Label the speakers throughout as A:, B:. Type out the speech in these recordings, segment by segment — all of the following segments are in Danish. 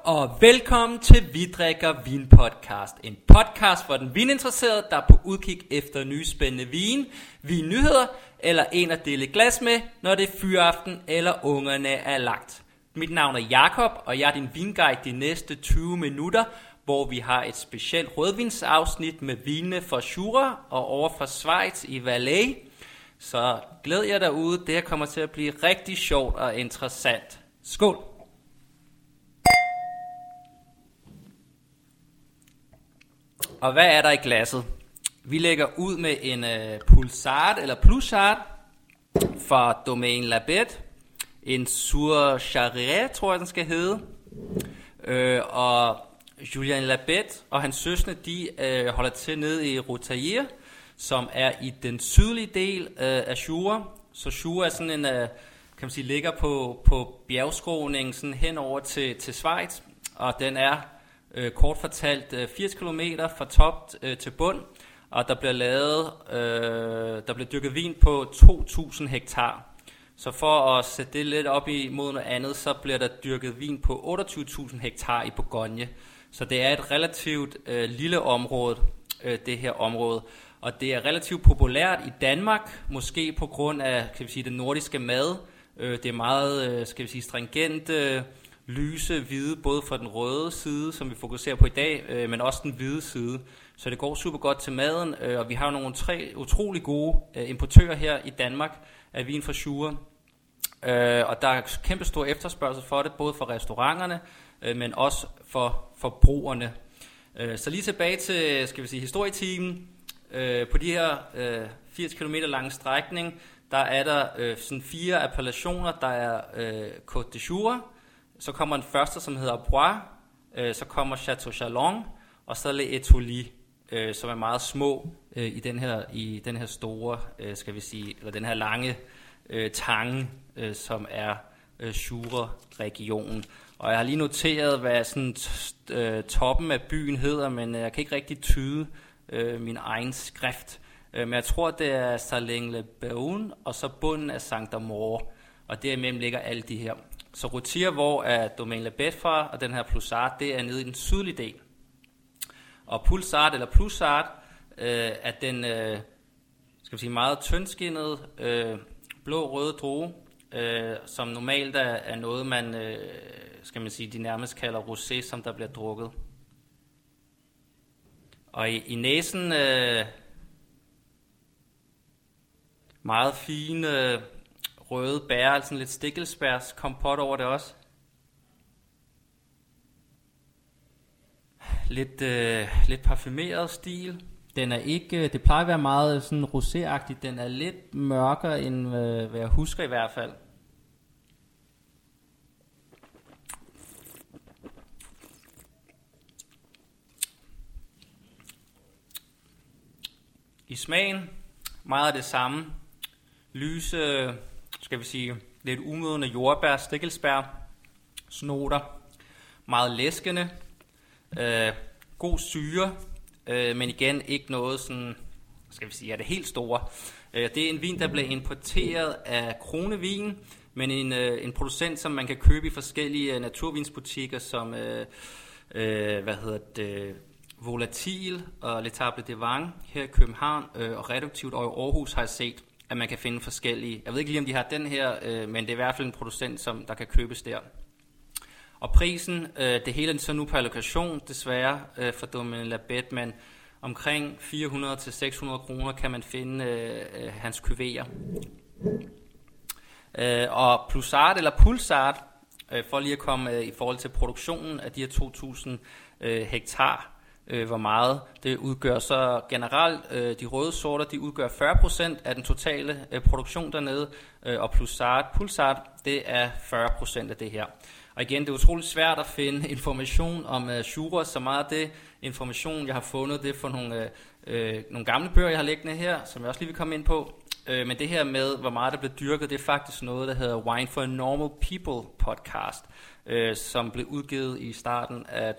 A: og velkommen til Vi Drikker Vin Podcast. En podcast for den vininteresserede, der er på udkig efter nye spændende vin, vinnyheder eller en at dele glas med, når det er fyraften eller ungerne er lagt. Mit navn er Jakob, og jeg er din vinguide de næste 20 minutter, hvor vi har et specielt rødvinsafsnit med vinene fra Jura og over fra Schweiz i Valais. Så glæd jer derude, det her kommer til at blive rigtig sjovt og interessant. Skål! Og hvad er der i glasset? Vi lægger ud med en Pulsart eller Plusart fra Domaine La Bête. En Sur Charret, tror jeg den skal hedde. Og Julien La Bête og hans søskende, de holder til nede i Rotaille, som er i den sydlige del af Jura. Så Jura er sådan en, kan man sige, ligger på bjergskråningen sådan hen over til Schweiz. Og den er kort fortalt 80 km fra top til bund. Og der bliver dyrket vin på 2.000 hektar. Så for at sætte det lidt op imod noget andet, så bliver der dyrket vin på 28.000 hektar i Bourgogne. Så det er et relativt lille område, det her område. Og det er relativt populært i Danmark, måske på grund af, kan vi sige, den nordiske mad. Det er meget, skal vi sige, stringent, lyse, hvide, både fra den røde side, som vi fokuserer på i dag, men også den hvide side. Så det går super godt til maden, og vi har nogle utrolig gode importører her i Danmark af vin fra Jura. Og der er kæmpe stor efterspørgsel for det, både for restauranterne, men også for forbrugerne. Så lige tilbage til, skal vi sige, historietimen. På de her 80 km lange strækning, der er der sådan 4 appellationer. Der er Côte de Jura, så kommer den første, som hedder Bois, så kommer Château Chalon, og så Les Étoiles, som er meget små i den her store, skal vi sige, eller den her lange tange, som er Jura-regionen. Og jeg har lige noteret, hvad sådan toppen af byen hedder, men jeg kan ikke rigtig tyde min egen skrift. Men jeg tror, det er Saleng-le-Baon, og så bunden af Saint-Amour, og derimellem ligger alle de her. Så Rotier, hvor er Domaine La Bête fra, og den her Plusart, det er nede i den sydlige del. Og Pulsart eller Plusart er den, skal vi sige, meget tyndskinnede, blå-røde drue, som normalt er noget, man, skal man sige, de nærmest kalder rosé, som der bliver drukket. Og i næsen, meget fine røde bær, altså lidt stikkelsbærs kompot over det også. Lidt parfumeret stil. Den er ikke, det plejer at være meget sådan roséagtigt. Den er lidt mørkere end hvad jeg husker i hvert fald. I smagen meget af det samme. Lyse, skal vi sige, lidt umodne jordbær, stikkelsbær, snoter, meget læskende, god syre, men igen ikke noget sådan, skal vi sige, er det helt store. Det er en vin, der bliver importeret af Kronevin, men en producent, som man kan købe i forskellige naturvinsbutikker, som Volatil og Le Table de Vin her i København, og Reduktivt og i Aarhus har jeg set, at man kan finde forskellige. Jeg ved ikke lige, om de har den her, men det er i hvert fald en producent, som der kan købes der. Og prisen, det hele er så nu på allokation, desværre, for Domaine La Bête, men omkring 400-600 kroner kan man finde hans kuverer. Og Plusart eller Pulsart, for lige at komme i forhold til produktionen af de her 2.000 hektar, hvor meget det udgør. Så generelt, de røde sorter, de udgør 40% af den totale produktion dernede, og Pulsart, det er 40% af det her. Og igen, det er utroligt svært at finde information om Jura, så meget af det information, jeg har fundet, det er for nogle gamle bøger, jeg har liggende her, som jeg også lige vil komme ind på. Men det her med, hvor meget der blev dyrket, det er faktisk noget, der hedder Wine for Normal People podcast, som blev udgivet i starten af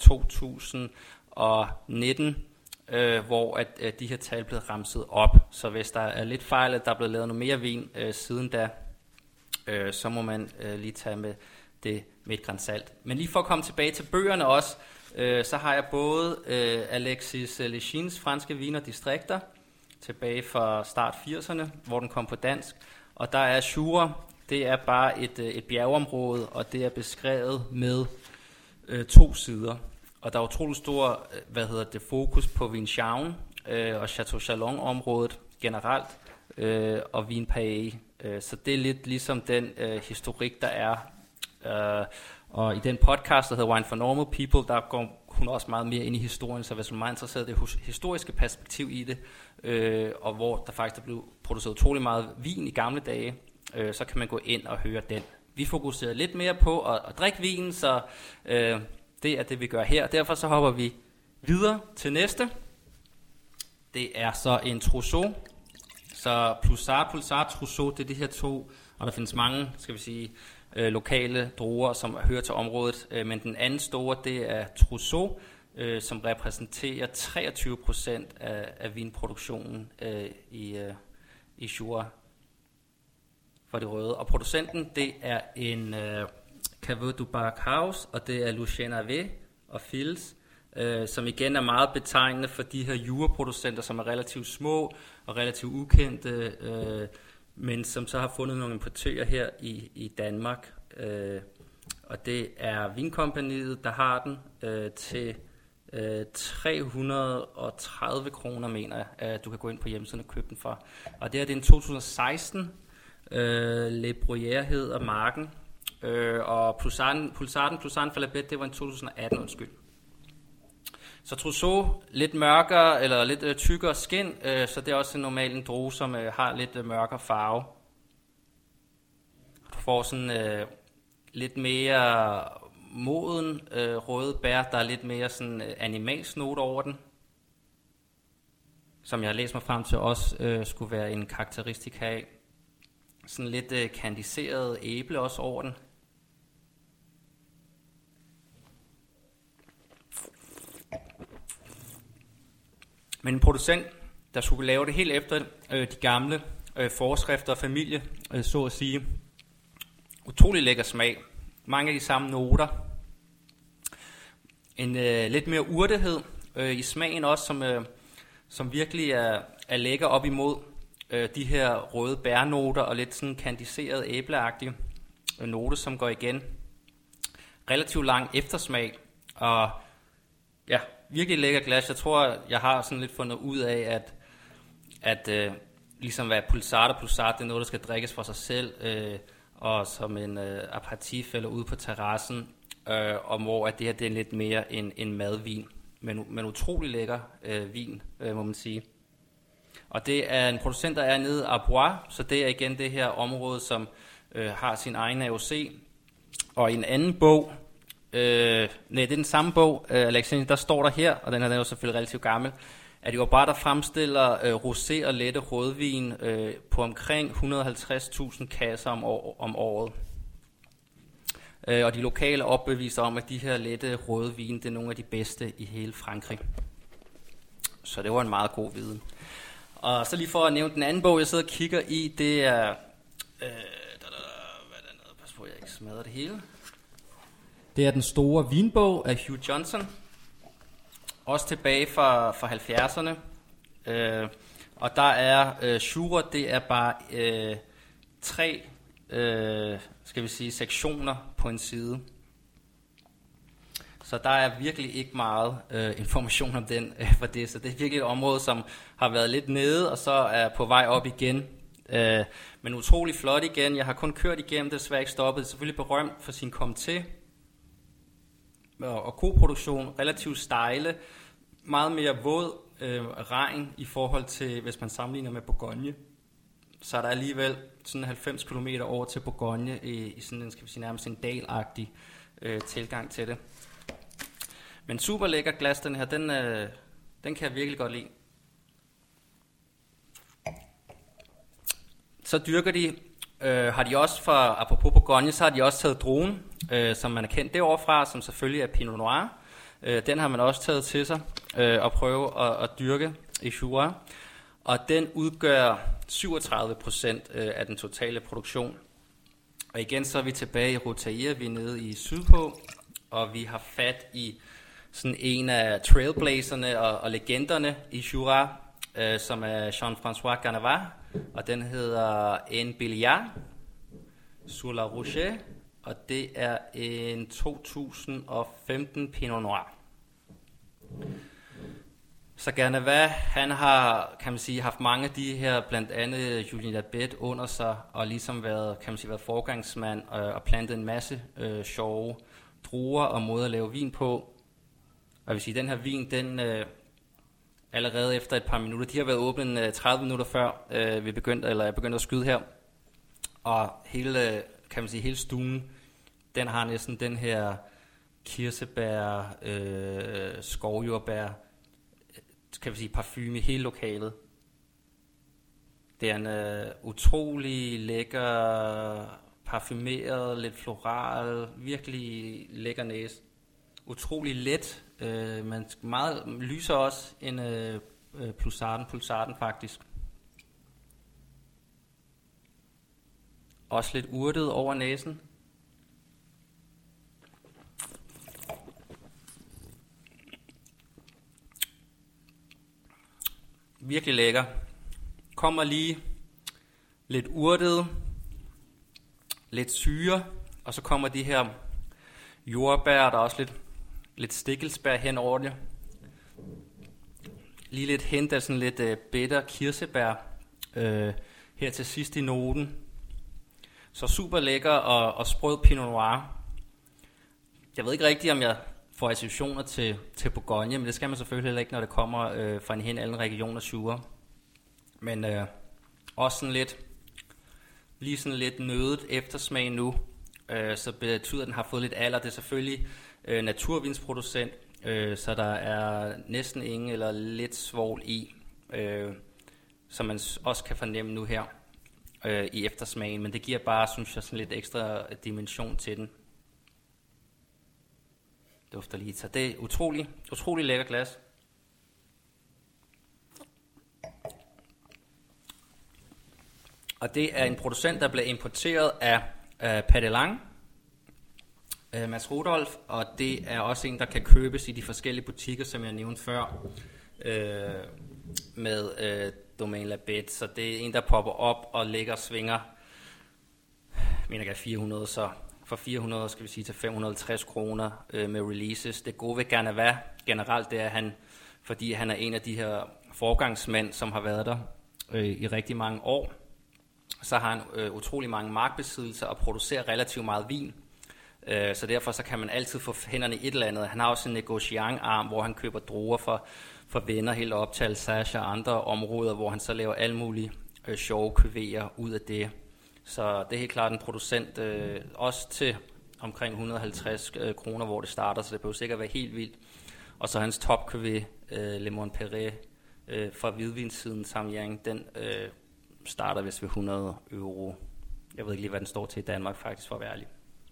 A: 2019, hvor at de her tal blev ramset op. Så hvis der er lidt fejl, at der er blevet lavet noget mere vin siden da, så må man lige tage med det med et gran salt. Men lige for at komme tilbage til bøgerne også, så har jeg både Alexis Lichins franske viner distrikter, tilbage fra start 80'erne, hvor den kom på dansk. Og der er Jura, det er bare et bjergeområde, og det er beskrevet med 2 sider. Og der er utrolig stor fokus på Vinschauen og Chateau Chalon-området generelt, og Vinpaé. Så det er lidt ligesom den historik, der er. Og i den podcast, der hedder Wine for Normal People, der går hun også meget mere ind i historien, så hvis man er meget interesseret i det historiske perspektiv i det, og hvor der faktisk er blevet produceret utrolig meget vin i gamle dage, så kan man gå ind og høre den. Vi fokuserer lidt mere på at drikke vinen, så det er det, vi gør her. Derfor så hopper vi videre til næste. Det er så en Trousseau. Så Pulsar, Trousseau, det er de her 2, og der findes mange, skal vi sige, lokale druer, som hører til området. Men den anden store, det er Trousseau, som repræsenterer 23% af vinproduktionen i Jura for det røde. Og producenten, det er en Caveau du Backhaus, og det er Lucien Hervé og Fils, som igen er meget betegnende for de her Jura-producenter, som er relativt små og relativt ukendte, men som så har fundet nogle importører her i Danmark. Og det er Vinkompagniet, der har den til 330 kroner, mener jeg, du kan gå ind på hjemmesiden og købe den for. Og det er en 2016, Le Bruyère hedder marken, og Pulsaren for La Bête, det var en 2018, undskyld. Så Trousseau, lidt mørkere, eller lidt tykkere skin, så det er også normalt en drue, som har lidt mørkere farve. Du får sådan lidt mere moden røde bær, der er lidt mere sådan animalsk note over den, som jeg har læst mig frem til også skulle være en karakteristik af. Sådan lidt kandiseret æble også over den. Men en producent, der skulle lave det helt efter de gamle forskrifter og familie, så at sige. Utrolig lækker smag. Mange af de samme noter. En lidt mere urtehed i smagen også, som virkelig er lækker op imod de her røde bærnoter og lidt sådan kandiseret æbleagtige note, som går igen. Relativt lang eftersmag, og ja, virkelig lækker glas. Jeg tror, jeg har sådan lidt fundet ud af, at ligesom hvad Pulsar, det er noget, der skal drikkes for sig selv, og som en aperitif eller ude på terrassen, og hvor at det her det er lidt mere en madvin, men utrolig lækker vin, må man sige. Og det er en producent, der er nede i Arbois, så det er igen det her område, som har sin egen AOC. Og i en anden bog, det er den samme bog, Alexander, der står der her, og den er jo selvfølgelig relativt gammel, at det var bare der fremstiller rosé og lette rødvin på omkring 150.000 kasser om året. Og de lokale opbeviser om, at de her lette rødvin, det er nogle af de bedste i hele Frankrig. Så det var en meget god viden. Og så lige for at nævne den anden bog, jeg sidder og kigger i, det er... hvad er der nede? Pas på, jeg ikke smadrer det hele. Det er den store vinbog af Hugh Johnson. Også tilbage fra 70'erne. Og der er Jura, det er bare 3 skal vi sige, sektioner på en side. Så der er virkelig ikke meget information om den for det. Så det er virkelig et område, som har været lidt nede, og så er på vej op igen. Men utrolig flot igen. Jeg har kun kørt igennem, desværre ikke stoppet. Det er selvfølgelig berømt for sin komté og koproduktion. Relativt stejle. Meget mere våd regn i forhold til, hvis man sammenligner med Bourgogne. Så er der alligevel sådan 90 km over til Bourgogne i sådan en, skal vi sige, nærmest en dalagtig tilgang til det. Men super lækker glas, den her, den kan jeg virkelig godt lide. Så dyrker de, har de også apropos Bourgogne, så har de også taget druen, som man er kendt derovre fra, som selvfølgelig er Pinot Noir. Den har man også taget til sig og prøve at dyrke i Jura. Og den udgør 37% af den totale produktion. Og igen så er vi tilbage i Rotaia, vi er nede i sydpå, og vi har fat i sådan en af trailblazerne og legenderne i Jura, som er Jean-François Garnavas, og den hedder En Billiard sur la Roche, og det er en 2015 Pinot Noir. Så Garnavas, han har, kan man sige, haft mange af de her, blandt andet Julien Labette under sig, og ligesom været, kan man sige, været forgangsmand og plantet en masse sjove druer og måder at lave vin på. Og jeg vil sige, den her vin, den allerede efter et par minutter, de har været åbnet 30 minutter før jeg begyndte at skyde her. Og hele, kan man sige, hele stuen, den har næsten den her kirsebær, skovjordbær, kan vi sige, parfume i hele lokalet. Det er en utrolig lækker, parfumeret, lidt floral, virkelig lækker næse. Utrolig let, men meget lyser også en pulsarden faktisk. Også lidt urtet over næsen. Virkelig lækker. Kommer lige lidt urtet, lidt syre, og så kommer de her jordbær, der er også lidt stikkelsbær hen over det. Lige lidt hint af sådan lidt bitter kirsebær her til sidst i noten. Så super lækker og sprød Pinot Noir. Jeg ved ikke rigtigt, om jeg får associationer til Bourgogne, men det skal man selvfølgelig heller ikke, når det kommer fra en hen anden region af Jura. Men også sådan lidt nødet eftersmag nu, så betyder, at den har fået lidt alder. Det er selvfølgelig naturvinsproducent, så der er næsten ingen eller lidt svovl i, som man også kan fornemme nu her i eftersmagen. Men det giver bare, synes jeg, sådan lidt ekstra dimension til den. Dufter lige. Så det er utrolig lækker glas. Og det er en producent, der blev importeret af Padelang, Mads Rudolf, og det er også en, der kan købes i de forskellige butikker, som jeg nævnte før, med Domaine Labette. Så det er en, der popper op og ligger og svinger, mener jeg 400, så for 400 skal vi sige til 550 kroner med releases. Det gode ved Garnavas generelt, det er fordi han er en af de her forgangsmænd, som har været der i rigtig mange år. Så har han utrolig mange markbesiddelser og producerer relativt meget vin. Så derfor så kan man altid få hænderne i et eller andet. Han har også en negociant-arm, hvor han køber druer for venner helt op til Alsace og andre områder, hvor han så laver alle mulige sjove kuvéer ud af det. Så det er helt klart en producent, også til omkring 150 kroner, hvor det starter, så det behøver sikkert være helt vildt. Og så hans top cuvée, Le Montperret, fra hvidvinssiden Samyang, den starter vist ved 100 euro. Jeg ved ikke lige, hvad den står til i Danmark, faktisk, for at være ærlig.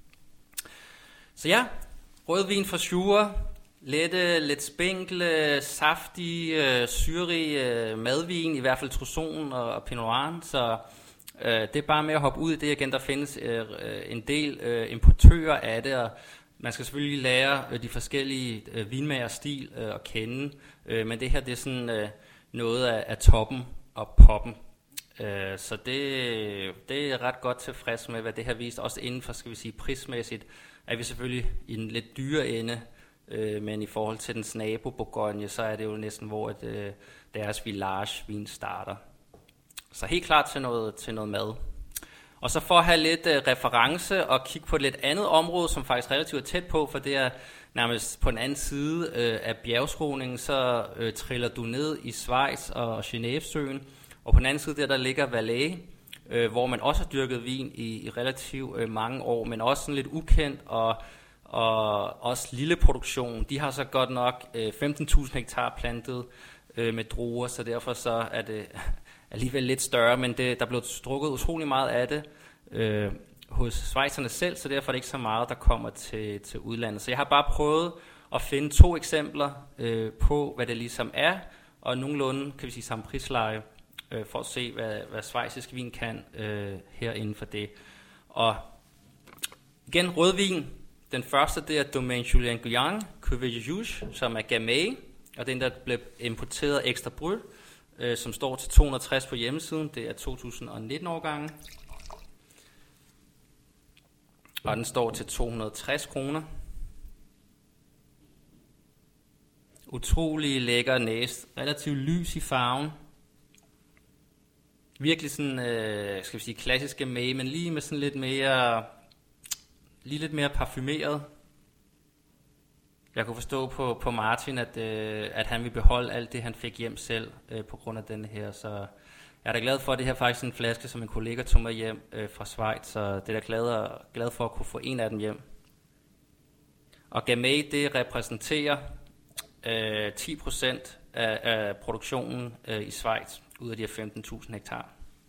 A: Så ja, rødvin fra Jura, lidt spinkle, saftig, syrig madvin, i hvert fald Trousson og Pinot Noir, så det er bare med at hoppe ud i det igen. Der findes en del importører af det, og man skal selvfølgelig lære de forskellige vinmagers stil at kende, men det her, det er sådan noget af toppen og poppen. Så det er ret godt tilfreds med, hvad det har vist. Også inden for, skal vi sige, prismæssigt er vi selvfølgelig i en lidt dyre ende, men i forhold til dens nabo Bourgogne, så er det jo næsten, hvor deres village-vin starter. Så helt klart til noget mad. Og så for at have lidt reference og kigge på et lidt andet område, som faktisk relativt er tæt på, for det er nærmest på den anden side af bjergskråningen, så triller du ned i Schweiz og Genèvesøen, og på den anden side der ligger Valais, hvor man også har dyrket vin i relativt mange år, men også sådan lidt ukendt og også lille produktion. De har så godt nok 15.000 hektar plantet med druer, så derfor så er det alligevel lidt større, men der blev strukket utrolig meget af det hos schweizerne selv, så derfor er det ikke så meget, der kommer til udlandet. Så jeg har bare prøvet at finde 2 eksempler på, hvad det ligesom er, og nogenlunde, kan vi sige, samme prisleje, for at se, hvad schweizisk vin kan her inden for det. Og Igen rødvin. Den første, det er Domaine Julien Guyon, Cuvée Juge, som er Gamay, og den, der blev importeret ekstra brut, som står til 260 på hjemmesiden. Det er 2019 årgangen. Og den står til 260 kroner. Utrolig lækker næse. Relativt lys i farven. Virkelig sådan, skal vi sige, klassisk Gamay, men lige med sådan lidt mere parfumeret. Jeg kunne forstå på Martin, at han vil beholde alt det, han fik hjem selv på grund af den her. Så jeg er da glad for, at det her faktisk er en flaske, som en kollega tog med hjem fra Schweiz. Så det er da glad for at kunne få en af dem hjem. Og Gamay, det repræsenterer 10% af produktionen i Schweiz ud af de her 15.000 hektar.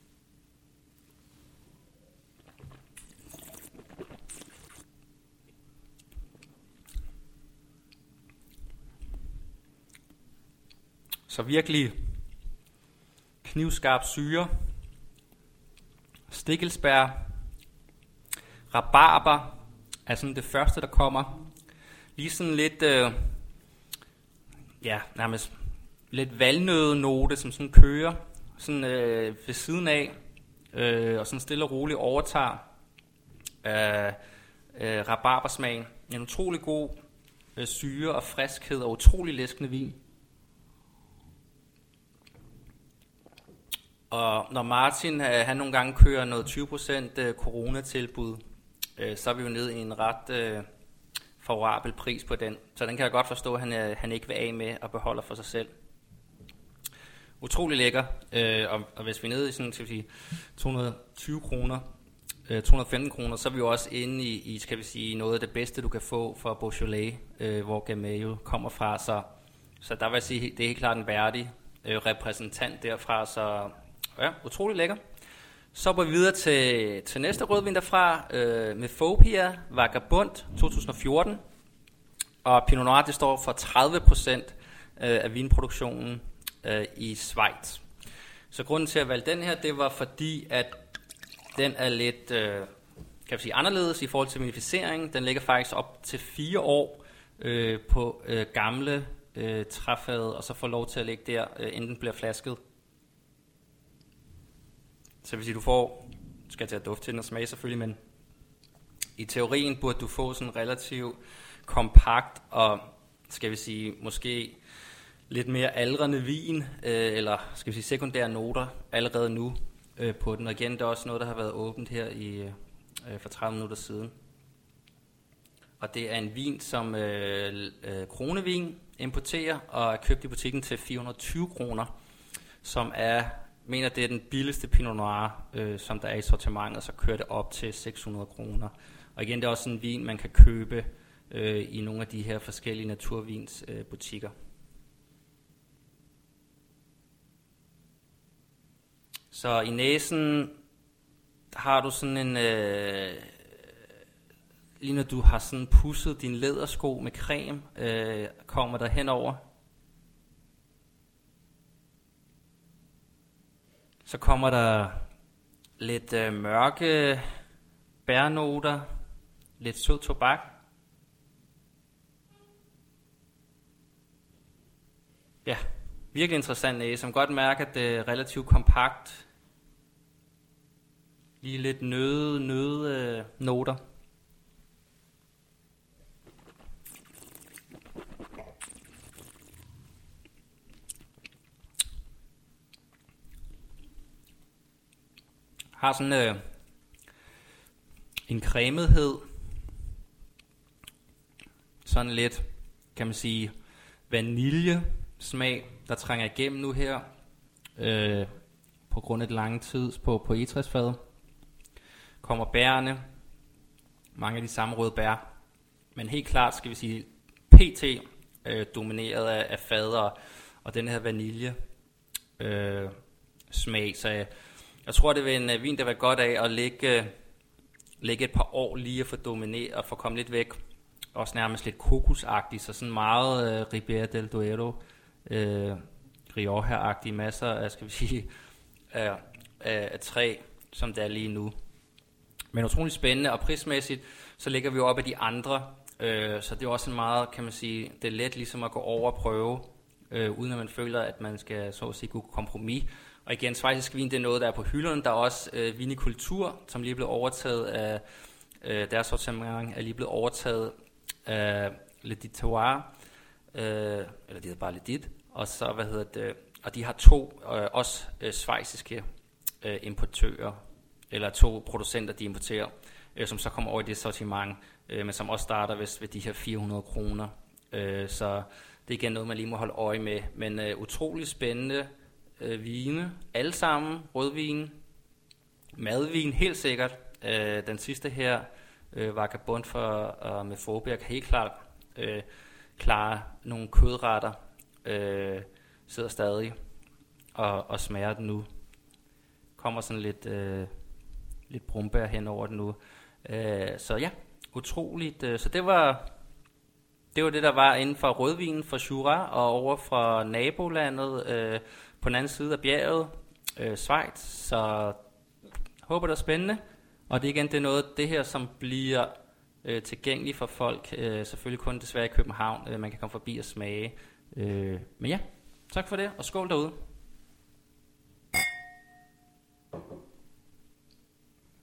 A: Så virkelig knivskarp syre, stikkelsbær, rabarber er sådan det første, der kommer. Lige sådan lidt, nærmest lidt valnødenote, som sådan kører sådan ved siden af, og sådan stille og roligt overtager rabarbersmagen. En utrolig god syre og friskhed og utrolig læskende vin. Og når Martin han nogle gange kører noget 20% corona-tilbud, så er vi jo nede i en ret favorabel pris på den. Så den kan jeg godt forstå, at han ikke vil af med og beholder for sig selv. Utrolig lækker, og hvis vi er nede i sådan, skal vi sige, 220 kroner, 215 kroner, så er vi jo også inde i skal vi sige, noget af det bedste, du kan få fra Beaujolais, hvor Gamay jo kommer fra. Så der vil jeg sige, det er helt klart en værdig repræsentant derfra, så ja, utrolig lækker. Så går vi videre til næste rødvin derfra, med Fauxpia Vagabond 2014. Og Pinot Noir, det står for 30% af vinproduktionen i Schweiz. Så grunden til at vælge den her, det var fordi, at den er lidt kan vi sige, anderledes i forhold til vinificering. Den ligger faktisk op til 4 år på gamle træfade, og så får lov til at ligge der, inden den bliver flasket. Så hvis du får, skal til at dufte til den og smage selvfølgelig, men i teorien burde du få sådan relativt kompakt og, skal vi sige, måske lidt mere aldrende vin, eller skal vi sige sekundære noter allerede nu på den. Og igen, det er også noget, der har været åbent her for 30 minutter siden. Og det er en vin, som Kronevin importerer og er købt i butikken til 420 kroner, som mener det er den billigste Pinot Noir, som der er i sortimentet, så kører det op til 600 kroner. Og igen, det er også en vin, man kan købe i nogle af de her forskellige naturvinsbutikker. Så i næsen har du sådan en, lige når du har sådan pudset din lædersko med creme, kommer der henover. Så kommer der lidt mørke bærnoter, lidt sød tobak. Ja, virkelig interessant næse, som godt mærker, at det er relativt kompakt. Lige lidt nøde noter. Har sådan en cremethed, sådan lidt, kan man sige, vaniljesmag, der trænger igennem nu her, på grund af det lange tid på egetræsfadet. Kommer bærene, mange af de samme røde bær, men helt klart, skal vi sige, pt. Domineret af fader og den her vanilje smag, så jeg tror, det er en vin, der vil godt af at ligge et par år lige at få dominere og få komme lidt væk. Også nærmest lidt kokosagtigt, så sådan meget Ribera del Duero, Rioja-agtige, masser af, skal vi sige, af træ, som det er lige nu. Men utrolig spændende, og prismæssigt, så ligger vi jo op af de andre. Så det er også en meget, kan man sige, det er let ligesom at gå over og prøve, uden at man føler, at man skal så at sige gå kompromis. Og igen, schweizisk vin, det er noget, der er på hylderne. Der er også vinikultur, som lige er blevet overtaget af, deres sortiment er lige blevet overtaget af Le Ditoir, eller det hedder bare Le Dit. Og så, og de har to også schweiziske importører, eller to producenter, de importerer, som så kommer over i det sortiment, men som også starter ved de her 400 kroner. Så det er igen noget, man lige må holde øje med. Men utrolig spændende vine, alle sammen, rødvin, madvin, helt sikkert. Den sidste her, Vagabond med Faubourg, kan helt klart klare nogle kødretter, sidder stadig og smager den nu. Kommer sådan lidt brumbær hen over den nu. Så ja, utroligt. Så det var det, der var inden for rødvinen fra Jura, og over fra nabolandet på den anden side af bjerget, Schweiz. Så håber det er spændende. Og det igen, det er noget det her, som bliver tilgængeligt for folk. Selvfølgelig kun desværre i København. Man kan komme forbi og smage. Men ja, tak for det, og skål derude.